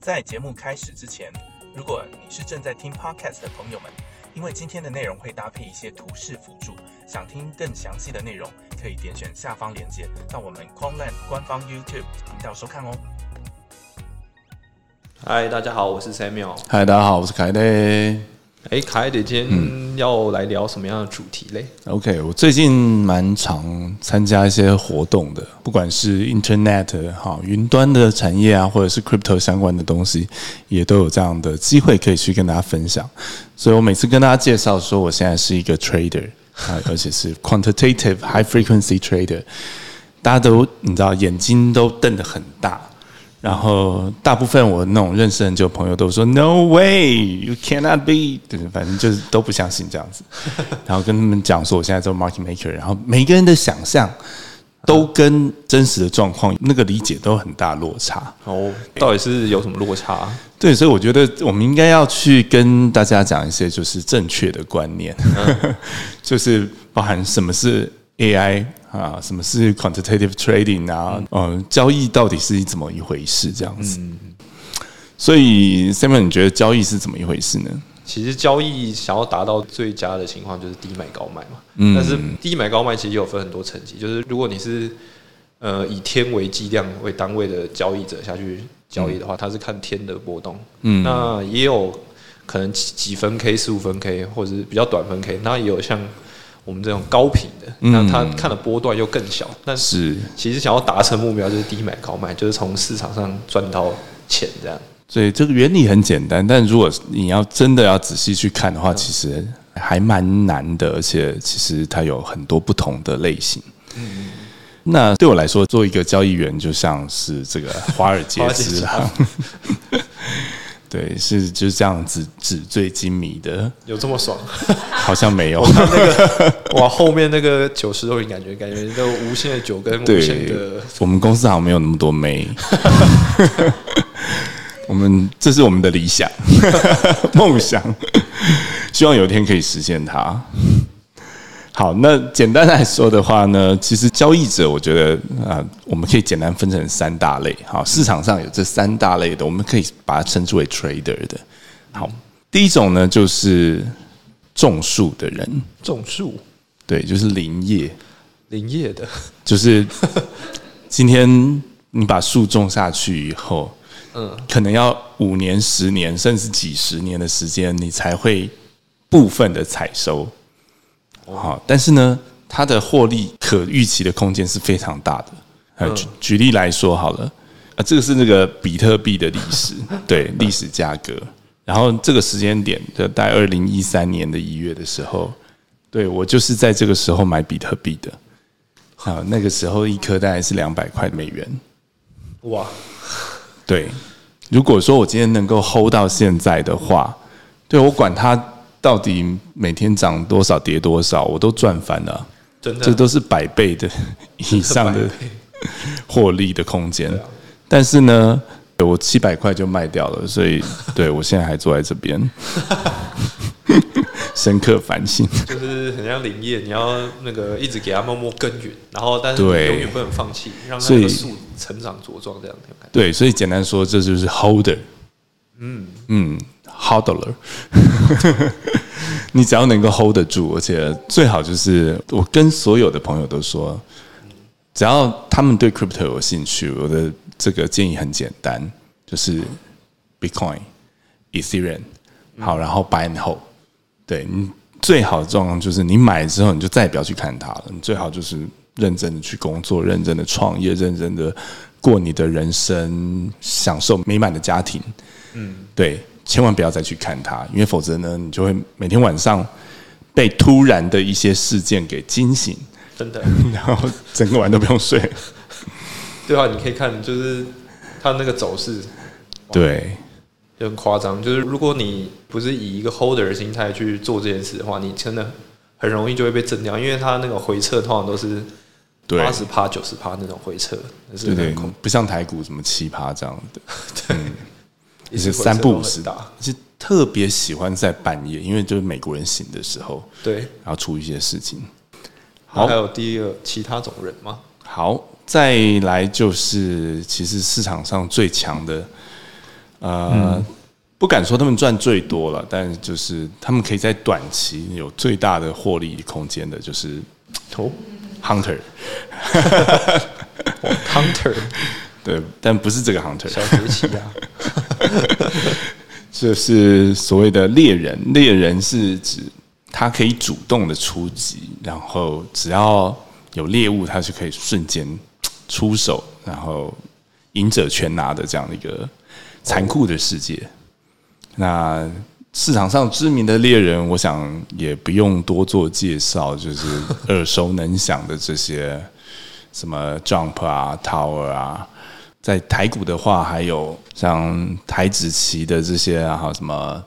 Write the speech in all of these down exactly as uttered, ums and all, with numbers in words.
在节目开始之前，如果你是正在听 Podcast 的朋友们，因为今天的内容会搭配一些图示辅助，想听更详细的内容，可以点选下方链接到我们 Quanland 官方 YouTube 频道收看哦。 嗨，大家好，我是 Samuel。 嗨，大家好，我是凯雷。 哎，凯雷，今天要来聊什么样的主题嘞、 嗯、？OK， 我最近蛮常参加一些活动的，不管是 Internet 哈云端的产业啊，或者是 Crypto 相关的东西，也都有这样的机会可以去跟大家分享。所以我每次跟大家介绍说，我现在是一个 Trader 啊，而且是 Quantitative High Frequency Trader， 大家都你知道眼睛都瞪得很大。然后大部分我那种认识很久的朋友都说 No way, you cannot be， 反正就是都不相信这样子。然后跟他们讲说我现在做 market maker， 然后每个人的想象都跟真实的状况那个理解都很大落差。 哦，到底是有什么落差？ 对，所以我觉得我们应该要去跟大家讲一些就是正确的观念，嗯、就是包含什么是 A I。啊，什么是 quantitative trading 啊？嗯，呃、交易到底是怎么一回事？这样子。嗯、所以 Simon， 你觉得交易是怎么一回事呢？ 其实交易想要达到最佳的情况就是低买高卖嘛。嗯、但是低买高卖其实有分很多层级，就是如果你是呃以天为计量为单位的交易者下去交易的话，它是看天的波动。嗯，那也有可能几分 K、十五分 K， 或者是比较短分 K， 那也有像。我们这种高频的，那它看的波段又更小，但是其实想要达成目标就是低买高卖，就是从市场上赚到钱这样。 所以这个原理很简单，但如果你要真的要仔细去看的话，其实还蛮难的，而且其实它有很多不同的类型。嗯，那对我来说，做一个交易员就像是这个华尔街之狼。对，是就是这样子纸醉金迷的， 有这么爽？ 好像没有。 我看那个哇，后面那个九十多人感觉感觉都无限的酒跟无限的。 我们公司好像没有那么多妹。我们这是我们的理想、梦想，希望有一天可以实现它。好，那简单来说的话呢，其实交易者，我觉得啊、呃，我们可以简单分成三大类。好，市场上有这三大类的，我们可以把它称之为 trader 的。好，第一种呢就是种树的人， 种树， 对，就是林业， 林业的， 就是今天你把树种下去以后，嗯，可能要五年、十年，甚至几十年的时间，你才会部分的采收。好，但是呢，它的获利可预期的空间是非常大的。嗯、举举例来说好了，啊，这个是那个比特币的历史，对，历史价格。然后这个时间点，就在二零一三年的一月的时候，对我就是在这个时候买比特币的。好，那个时候一颗大概是两百块美元。 哇， 对，如果说我今天能够 hold 到现在的话，对我管它。到底每天涨多少跌多少，我都赚翻了，真的，这都是百倍的以上的获利的空间。啊、但是呢，我七百块就卖掉了，所以对我现在还坐在这边，深刻反省。 就是很像林业，你要那个一直给它默默耕耘，然后但是你永远不能放弃，让那个树成长茁壮这样的。 对，所以简单说，这就是 holder。嗯嗯。hodler 你只要能够 hold 得住，而且最好就是我跟所有的朋友都说，只要他们对 crypto 有兴趣，我的这个建议很简单，就是 Bitcoin、Ethereum， 好，然后 buy and hold。对，你最好的状况就是你买之后你就再也不要去看它了，你最好就是认真的去工作，认真的创业，认真的过你的人生，享受美满的家庭。嗯，对。千万不要再去看它，因为否则呢，你就会每天晚上被突然的一些事件给惊醒， 真的， 然后整个晚都不用睡。 对啊，你可以看，就是它那个走势， 对， 就很夸张。就是如果你不是以一个 holder 的心态去做这件事的话，你真的很容易就会被震掉，因为它那个回撤通常都是八十趴、九十趴那种回撤， 对对，不像台股什么七趴这样的，对。嗯也是三不五时打，是特别喜欢在半夜，因为就是美国人醒的时候， 对， 然后出一些事情。 好，还有第二其他种人吗？ 好，再来就是其实市场上最强的呃。嗯不敢说他们赚最多了，但就是他们可以在短期有最大的获利空间的，就是哦 ，Hunter， Hunter， 对，但不是这个 Hunter， 小学期啊， 就是所谓的猎人。猎人是指他可以主动的出击，然后只要有猎物，他就可以瞬间出手，然后赢者全拿的这样的一个残酷的世界。那市场上知名的猎人，我想也不用多做介绍，就是耳熟能详的这些什么 Jump 啊、Tower 啊。在台股的话，还有像台指期的这些啊，还有什么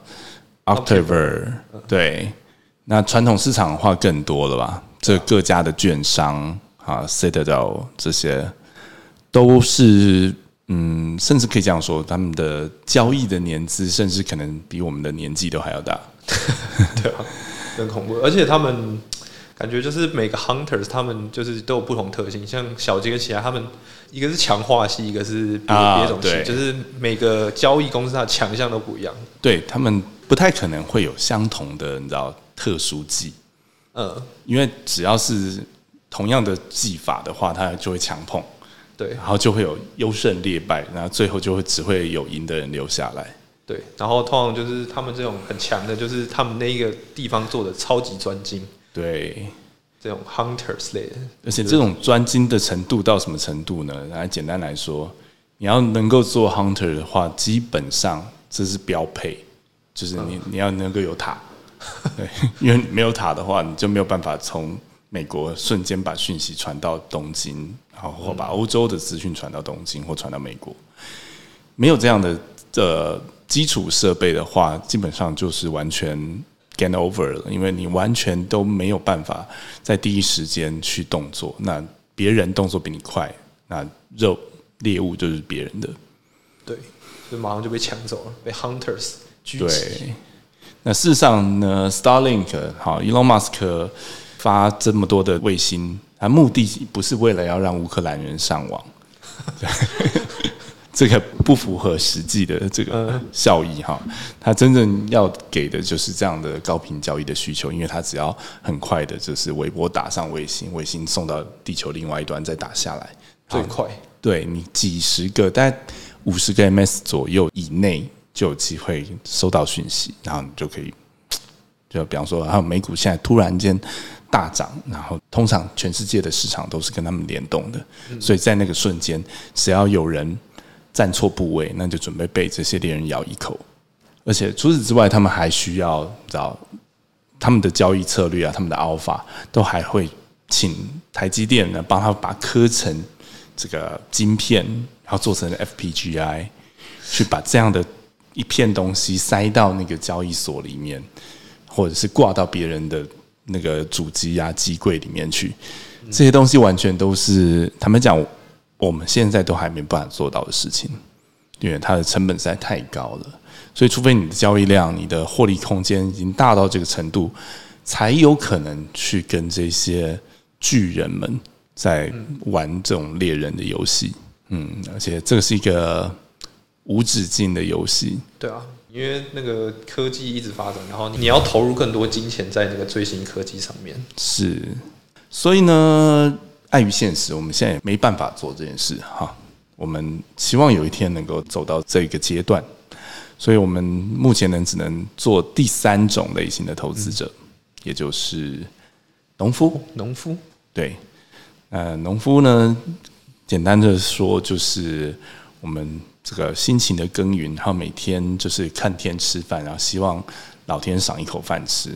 October， 对。那传统市场的话更多了吧？这各家的券商啊 ，Citadel 这些都是。嗯，甚至可以这样说，他们的交易的年资，甚至可能比我们的年纪都还要大。 对啊，很恐怖。而且他们感觉就是每个 hunters， 他们就是都有不同特性。像小杰起来，他们一个是强化系，一个是别别种系，就是每个交易公司它的强项都不一样。 对，他们不太可能会有相同的，你知道特殊技。嗯，因为只要是同样的技法的话，它就会强碰。对，然后就会有优胜劣败，然后最后就会只会有赢的人留下来。 对，然后通常就是他们这种很强的，就是他们那一个地方做的超级专精。 对， 这种 hunters 类的， 而且这种专精的程度到什么程度呢？来简单来说，你要能够做 hunter 的话，基本上这是标配，就是你、嗯、你要能够有塔。对，因为没有塔的话，你就没有办法从美国瞬间把讯息传到东京。好，或把欧洲的资讯传到东京或传到美国，没有这样的呃基础设备的话，基本上就是完全 game over 了，因为你完全都没有办法在第一时间去动作。那别人动作比你快，那肉猎物就是别人的， 对，就马上就被抢走了，被 hunters 狙击。 对，那事实上呢 ，Starlink 好 ，Elon Musk 发这么多的卫星。他目的不是为了要让乌克兰人上网，这个不符合实际的这个效益哈。他真正要给的就是这样的高频交易的需求，因为他只要很快的，就是微波打上卫星，卫星送到地球另外一端再打下来， 最快。 对你几十个，大概五十个 M S 左右以内就有机会收到讯息，然后你就可以，就比方说，还有美股现在突然间大涨，然后通常全世界的市场都是跟他们联动的，所以在那个瞬间，只要有人站错部位，那就准备被这些猎人咬一口。而且除此之外，他们还需要知道他们的交易策略啊，他们的 alpha 都还会请台积电呢帮他把刻成这个晶片，然后做成 F P G I， 去把这样的一片东西塞到那个交易所里面，或者是挂到别人的那个主机啊、机柜里面去，这些东西完全都是他们讲，我们现在都还没办法做到的事情，因为它的成本实在太高了。所以，除非你的交易量、你的获利空间已经大到这个程度，才有可能去跟这些巨人们在玩这种猎人的游戏。嗯，而且这个是一个无止境的游戏。 对啊。因为那个科技一直发展，然后你要投入更多金钱在那个最新科技上面。 是，所以呢，碍于现实，我们现在也没办法做这件事哈。我们希望有一天能够走到这个阶段，所以我们目前呢只能做第三种类型的投资者，嗯、也就是农夫。 农夫， 对，呃，农夫呢，简单的说就是我们这个辛勤的耕耘，然后每天就是看天吃饭，然后希望老天赏一口饭吃。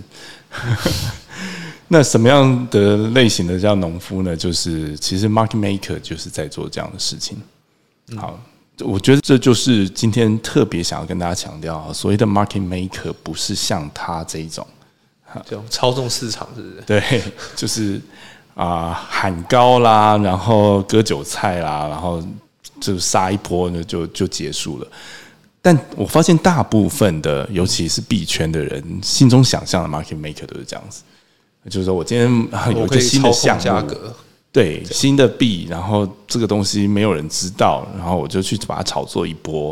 那什么样的类型的叫农夫呢？就是其实 market maker 就是在做这样的事情。好，我觉得这就是今天特别想要跟大家强调，所谓的 market maker 不是像他这一种， 这种操纵市场，是不是？ 对，就是啊、呃、喊高啦，然后割韭菜啦，然后就杀一波呢，就就结束了。但我发现大部分的，尤其是币圈的人，心中想象的 market maker 都是这样子，就是说我今天有一个新的项目，对，新的币，然后这个东西没有人知道，然后我就去把它炒作一波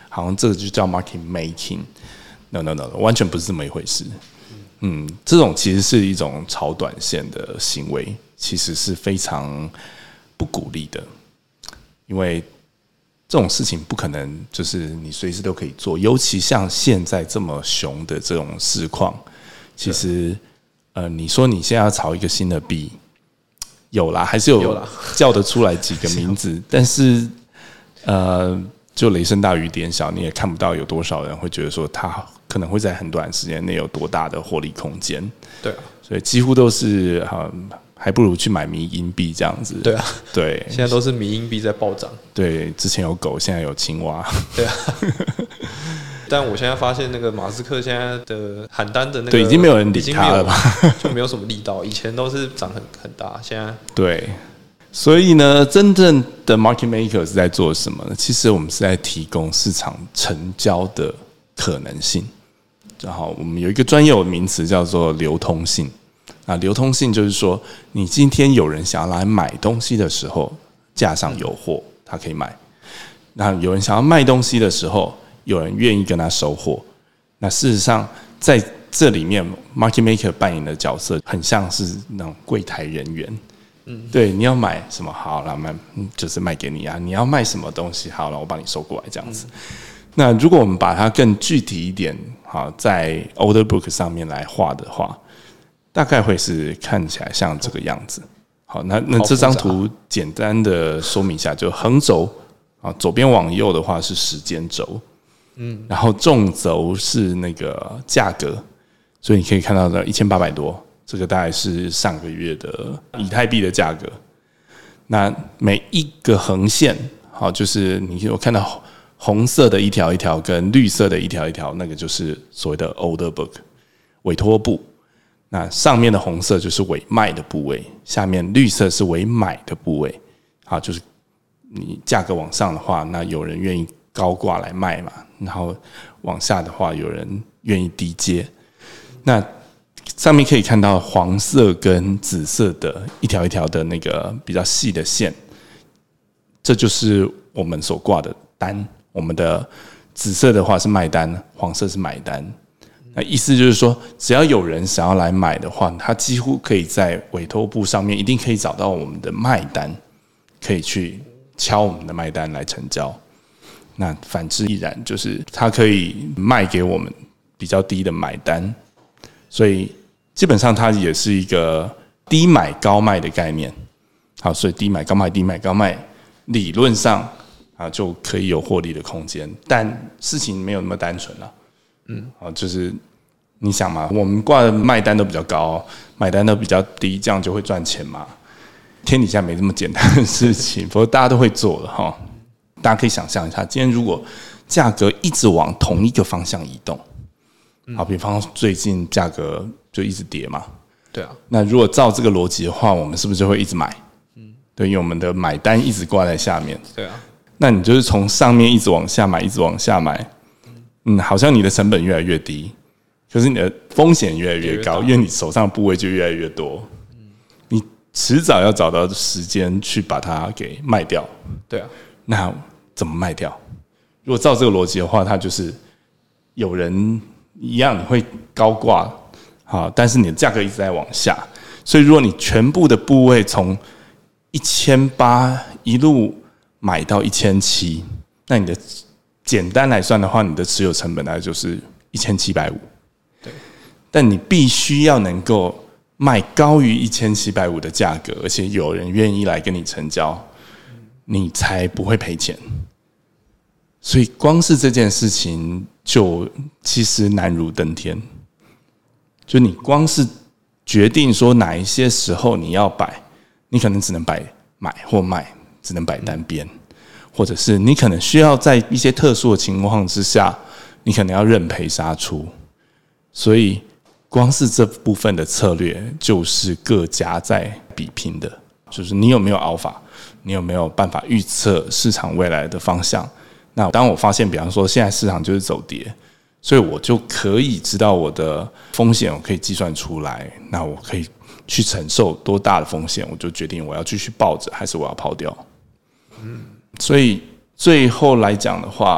好像这个就叫 market making。No no no， 完全不是这么一回事。嗯，这种其实是一种炒短线的行为，其实是非常不鼓励的，因为这种事情不可能就是你随时都可以做，尤其像现在这么熊的这种市况，其实呃，你说你现在要炒一个新的币，有啦，还是有叫得出来几个名字，但是呃，就雷声大雨点小，你也看不到有多少人会觉得说它可能会在很短时间内有多大的获利空间。 对啊， 所以几乎都是嗯。还不如去买迷因币这样子。 对啊， 对， 现在都是迷因币在暴涨。 对，之前有狗，现在有青蛙。 对啊，但我现在发现那个马斯克现在的喊单的那个， 对，已经没有人理他了吧？ 就没有什么力道。以前都是涨很很大，现在对。所以呢，真正的 market maker 是在做什么呢？其实我们是在提供市场成交的可能性。然后我们有一个专有名词叫做流通性。那流通性就是说，你今天有人想要来买东西的时候，架上有货，他可以买；那有人想要卖东西的时候，有人愿意跟他收货。那事实上，在这里面 ，market maker 扮演的角色很像是那种柜台人员。嗯，对，你要买什么好了，卖就是卖给你啊；你要卖什么东西好了，我帮你收过来这样子。嗯、那如果我们把它更具体一点，好，在 order book 上面来画的话。大概会是看起来像这个样子。好，那那这张图简单的说明一下，就横轴啊，左边往右的话是时间轴，嗯，然后纵轴是那个价格，所以你可以看到的一千八百多，这个大概是上个月的以太币的价格。那每一个横线，好，就是你有看到红色的一条一条跟绿色的一条一条，那个就是所谓的 order book 委托部。那上面的红色就是委卖的部位，下面绿色是委买的部位。好，就是你价格往上的话，那有人愿意高挂来卖嘛，然后往下的话，有人愿意低接。那上面可以看到黄色跟紫色的一条一条的那个比较细的线，这就是我们所挂的单。我们的紫色的话是卖单，黄色是买单。那意思就是说，只要有人想要来买的话，他几乎可以在委托部上面一定可以找到我们的卖单，可以去敲我们的卖单来成交。那反之亦然，就是他可以卖给我们比较低的买单，所以基本上它也是一个低买高卖的概念。好，所以低买高卖，低买高卖，理论上啊就可以有获利的空间，但事情没有那么单纯了。嗯，好，就是你想嘛，我们挂的卖单都比较高，买单都比较低，这样就会赚钱嘛？天底下没这么简单的事情，不过大家都会做的哈。大家可以想象一下，今天如果价格一直往同一个方向移动，好，比方最近价格就一直跌嘛， 对啊。 那如果照这个逻辑的话，我们是不是就会一直买？嗯，对，因为我们的买单一直挂在下面， 对啊。 那你就是从上面一直往下买，一直往下买。嗯，好像你的成本越来越低，可是你的风险越来越高，因为你手上的部位就越来越多。你迟早要找到时间去把它给卖掉。 对啊， 那怎么卖掉？如果照这个逻辑的话，它就是有人一样，你会高挂，好，但是你的价格一直在往下，所以如果你全部的部位从一千八一路买到一千七，那你的简单来算的话，你的持有成本大概就是一千七百五。对，但你必须要能够卖高于一千七百五的价格，而且有人愿意来跟你成交，你才不会赔钱。所以光是这件事情就其实难如登天。就你光是决定说哪一些时候你要摆，你可能只能摆买或卖，只能摆单边。或者是你可能需要在一些特殊的情况之下，你可能要认赔杀出，所以光是这部分的策略就是各家在比拼的，就是你有没有alpha法，你有没有办法预测市场未来的方向。那当我发现，比方说现在市场就是走跌，所以我就可以知道我的风险，我可以计算出来，那我可以去承受多大的风险，我就决定我要继续抱着，还是我要抛掉。嗯。所以最后来讲的话，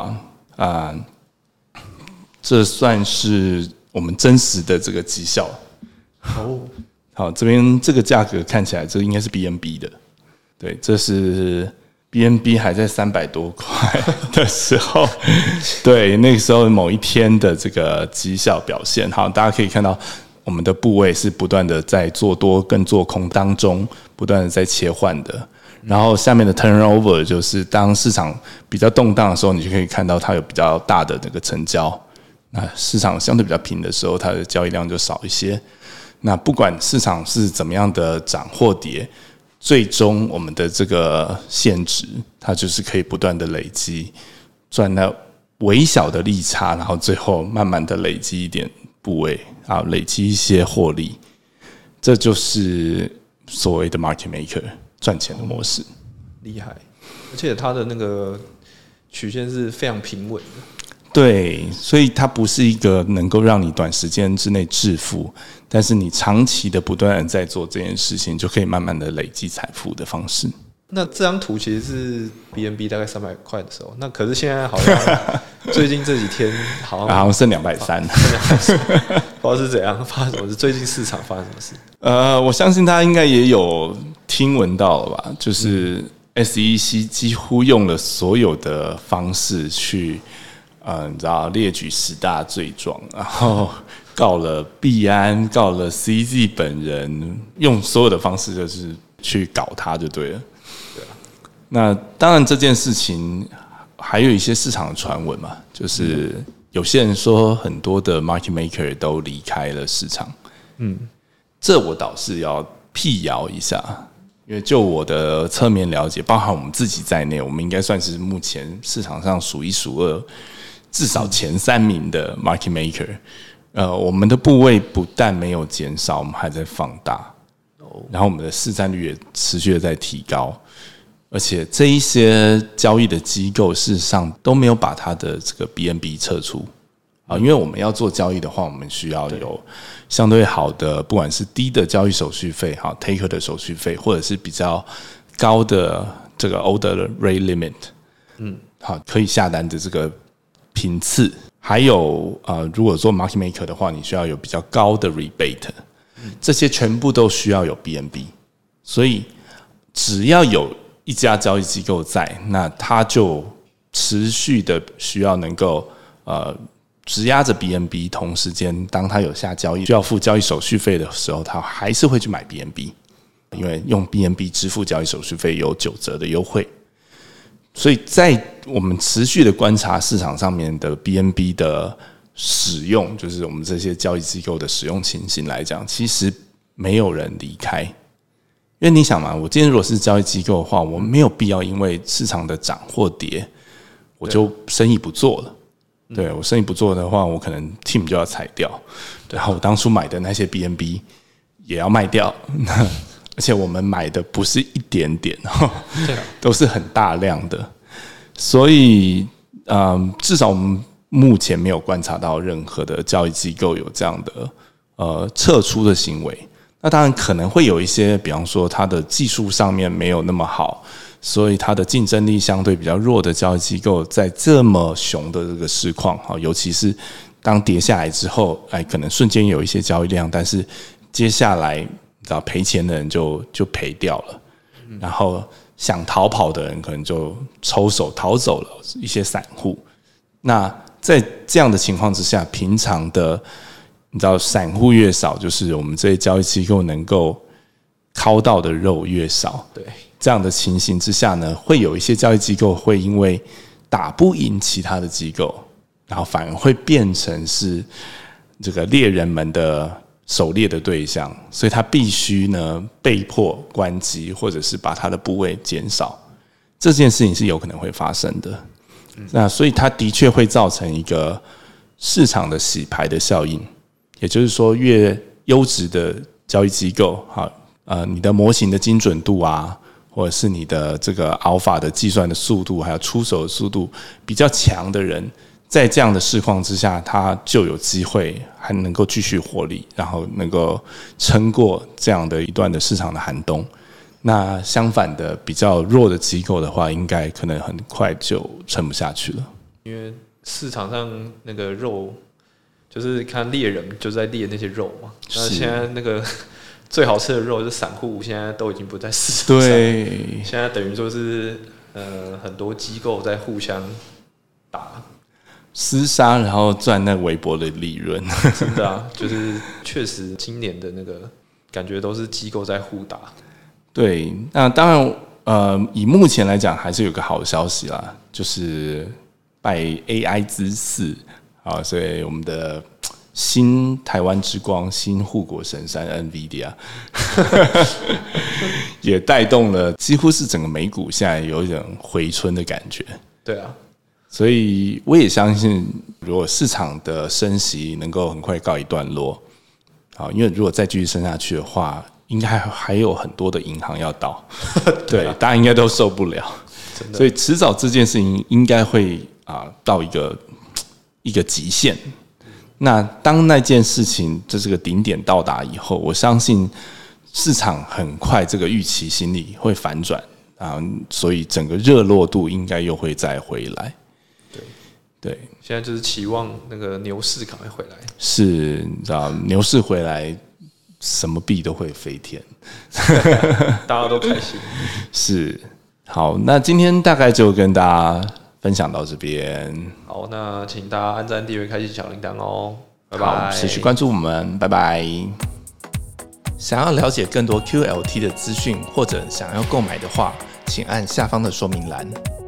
啊、呃，这算是我们真实的这个绩效。哦，好，这边这个价格看起来，这应该是 B N B 的，对，这是 B N B 还在三百多块的时候，对，那个时候某一天的这个绩效表现。好，大家可以看到，我们的部位是不断的在做多跟做空当中，不断的在切换的。然后下面的 turnover 就是当市场比较动荡的时候，你就可以看到它有比较大的那个成交。那市场相对比较平的时候，它的交易量就少一些。那不管市场是怎么样的涨或跌，最终我们的这个现值，它就是可以不断的累积，赚到微小的利差，然后最后慢慢的累积一点部位啊，累积一些获利，这就是所谓的 market maker 赚钱的模式。 厉害，而且它的那个曲线是非常平稳的。 对，所以它不是一个能够让你短时间之内致富，但是你长期的不断的在做这件事情，就可以慢慢的累积财富的方式。 那这张图其实是 B N B 大概三百块的时候，那可是现在好像最近这几天好像好像剩两百三， 不知道是怎样发生什么事？最近市场发生什么事？ 呃，我相信大家应该也有听闻到了吧？就是 S E C 几乎用了所有的方式去。呃，你知道列举十大罪状，然后告了币安，告了 C Z 本人，用所有的方式就是去搞他就对了。对啊。那当然这件事情还有一些市场的传闻嘛，就是有些人说很多的 market maker 都离开了市场。嗯，这我倒是要辟谣一下，因为就我的侧面了解，包含我们自己在内，我们应该算是目前市场上数一数二。至少前三名的 market maker， 呃，我们的部位不但没有减少，我们还在放大，然后我们的市占率也持续的在提高，而且这一些交易的机构事实上都没有把它的这个 B N B 撤出啊，因为我们要做交易的话，我们需要有相对好的，不管是低的交易手续费，好 taker 的手续费，或者是比较高的这个 order rate limit， 嗯，好，可以下单的这个。频次，还有呃，如果做 market maker 的话，你需要有比较高的 rebate， 这些全部都需要有 B N B， 所以只要有一家交易机构在，那它就持续的需要能够呃质押着 B N B， 同时间当它有下交易需要付交易手续费的时候，它还是会去买 B N B， 因为用 B N B 支付交易手续费有九折的优惠。所以在我们持续的观察市场上面的 B N B 的使用，就是我们这些交易机构的使用情形来讲，其实没有人离开。因为你想嘛，我今天如果是交易机构的话，我没有必要因为市场的涨或跌，我就生意不做了。对，我生意不做的话，我可能 team 就要裁掉，然后我当初买的那些 B N B 也要卖掉。而且我们买的不是一点点，都是很大量的，所以，嗯，至少我们目前没有观察到任何的交易机构有这样的呃撤出的行为。那当然可能会有一些，比方说它的技术上面没有那么好，所以它的竞争力相对比较弱的交易机构，在这么熊的这个市况，尤其是当跌下来之后，哎，可能瞬间有一些交易量，但是接下来。你知道赔钱的人就就赔掉了，然后想逃跑的人可能就抽手逃走了一些散户。那在这样的情况之下，平常的你知道散户越少，就是我们这些交易机构能够薅到的肉越少。对，这样的情形之下呢，会有一些交易机构会因为打不赢其他的机构，然后反而会变成是这个猎人们的。狩猎的对象，所以他必须呢被迫关机，或者是把他的部位减少。这件事情是有可能会发生的。那所以它的确会造成一个市场的洗牌的效应，也就是说，越优质的交易机构，好，呃，你的模型的精准度啊，或者是你的这个 alpha 的计算的速度，还有出手的速度比较强的人。在这样的市况之下，他就有机会还能够继续获利，然后能够撑过这样的一段的市场的寒冬。那相反的，比较弱的机构的话，应该可能很快就撑不下去了。 因为市场上那个肉，就是看猎人就是在猎那些肉嘛。那现在那个最好吃的肉，就是散户现在都已经不在市场上。对，现在等于说是呃很多机构在互相打厮杀，然后赚那微薄的利润。 真的啊，就是确实今年的那个感觉都是机构在互打。 对，那当然，呃，以目前来讲，还是有个好消息啦，就是拜 A I 之赐啊，所以我们的新台湾之光、新护国神山 NVIDIA 也带动了，几乎是整个美股现在有一种回春的感觉。 对啊。 所以我也相信，如果市场的升息能够很快告一段落，好，因为如果再继续升下去的话，应该还有很多的银行要倒，对，大家应该都受不了，所以迟早这件事情应该会啊到一个一个极限。那当那件事情这是个顶点到达以后，我相信市场很快这个预期心理会反转啊，所以整个热络度应该又会再回来。对， 现在就是期望那个牛市赶快回来。 是，你知道，牛市回来，什么币都会飞天， 大家都开心。 是，好，那今天大概就跟大家分享到这边。 好，那请大家按赞、订阅、开启小铃铛哦。拜拜， 持续关注我们，拜拜。想要了解更多 Q L T 的资讯，或者想要购买的话，请按下方的说明栏。